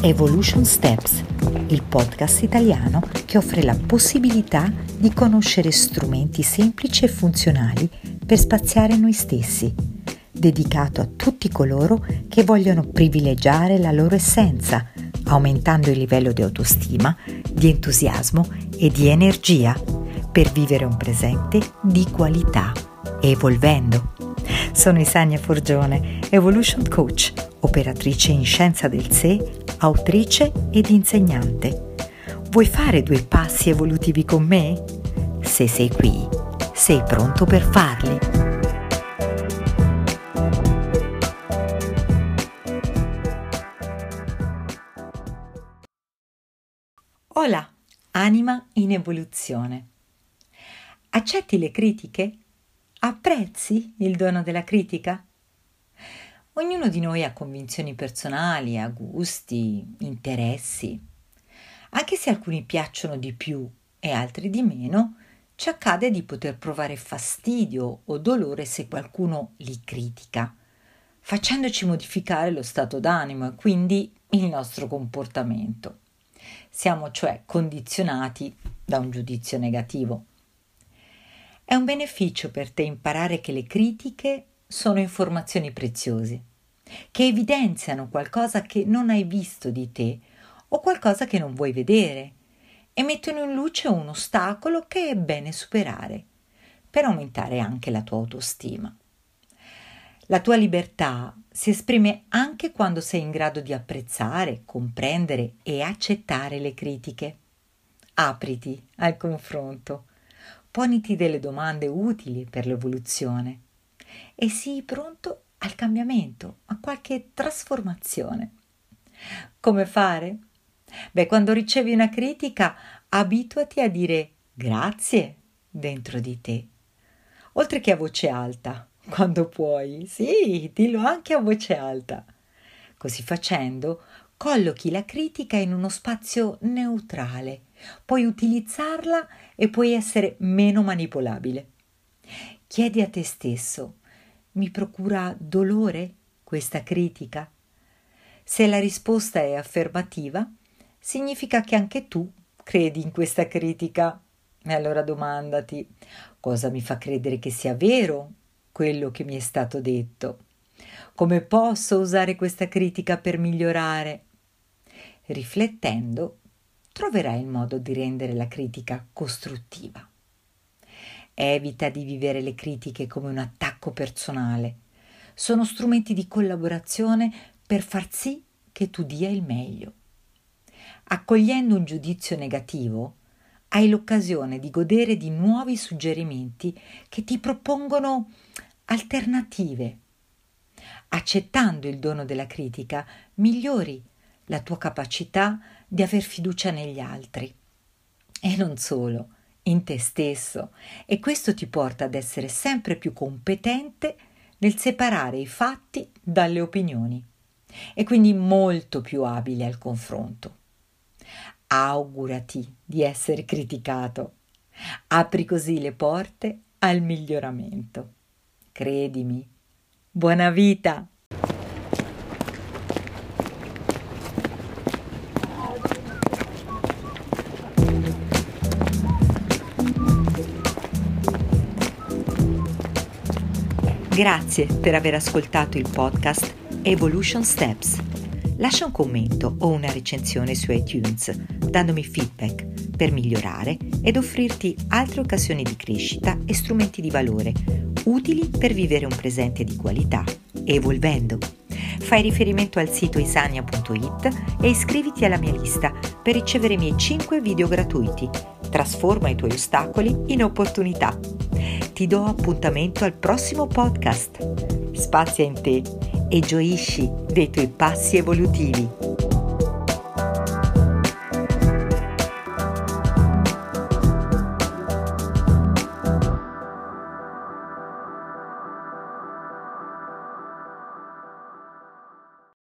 Evolution Steps, il podcast italiano che offre la possibilità di conoscere strumenti semplici e funzionali per spaziare noi stessi, dedicato a tutti coloro che vogliono privilegiare la loro essenza, aumentando il livello di autostima, di entusiasmo e di energia per vivere un presente di qualità, evolvendo. Sono Isania Forgione, Evolution Coach, operatrice in scienza del sé, autrice ed insegnante. Vuoi fare 2 passi evolutivi con me? Se sei qui, sei pronto per farli. Hola, anima in evoluzione. Accetti le critiche? Apprezzi il dono della critica? Ognuno di noi ha convinzioni personali, ha gusti, interessi. Anche se alcuni piacciono di più e altri di meno, ci accade di poter provare fastidio o dolore se qualcuno li critica, facendoci modificare lo stato d'animo e quindi il nostro comportamento. Siamo cioè condizionati da un giudizio negativo. È un beneficio per te imparare che le critiche sono informazioni preziose, che evidenziano qualcosa che non hai visto di te o qualcosa che non vuoi vedere e mettono in luce un ostacolo che è bene superare per aumentare anche la tua autostima. La tua libertà si esprime anche quando sei in grado di apprezzare, comprendere e accettare le critiche. Apriti al confronto, poniti delle domande utili per l'evoluzione e sii pronto al cambiamento, a qualche trasformazione. Come fare? Quando ricevi una critica, abituati a dire grazie dentro di te, oltre che a voce alta. Quando puoi, sì, dillo anche a voce alta. Così facendo, collochi la critica in uno spazio neutrale, puoi utilizzarla e puoi essere meno manipolabile. Chiedi a te stesso: mi procura dolore questa critica? Se la risposta è affermativa, significa che anche tu credi in questa critica. E allora domandati: cosa mi fa credere che sia vero quello che mi è stato detto? Come posso usare questa critica per migliorare? Riflettendo, troverai il modo di rendere la critica costruttiva. Evita di vivere le critiche come un attacco personale. Sono strumenti di collaborazione per far sì che tu dia il meglio. Accogliendo un giudizio negativo, hai l'occasione di godere di nuovi suggerimenti che ti propongono alternative. Accettando il dono della critica, migliori la tua capacità di aver fiducia negli altri. E non solo, in te stesso. E questo ti porta ad essere sempre più competente nel separare i fatti dalle opinioni e quindi molto più abile al confronto. Augurati di essere criticato. Apri così le porte al miglioramento. Credimi. Buona vita! Grazie per aver ascoltato il podcast Evolution Steps. Lascia un commento o una recensione su iTunes, dandomi feedback per migliorare ed offrirti altre occasioni di crescita e strumenti di valore utili per vivere un presente di qualità, evolvendo. Fai riferimento al sito isania.it e iscriviti alla mia lista per ricevere i miei 5 video gratuiti. Trasforma i tuoi ostacoli in opportunità. Ti do appuntamento al prossimo podcast. Spazia in te e gioisci dei tuoi passi evolutivi.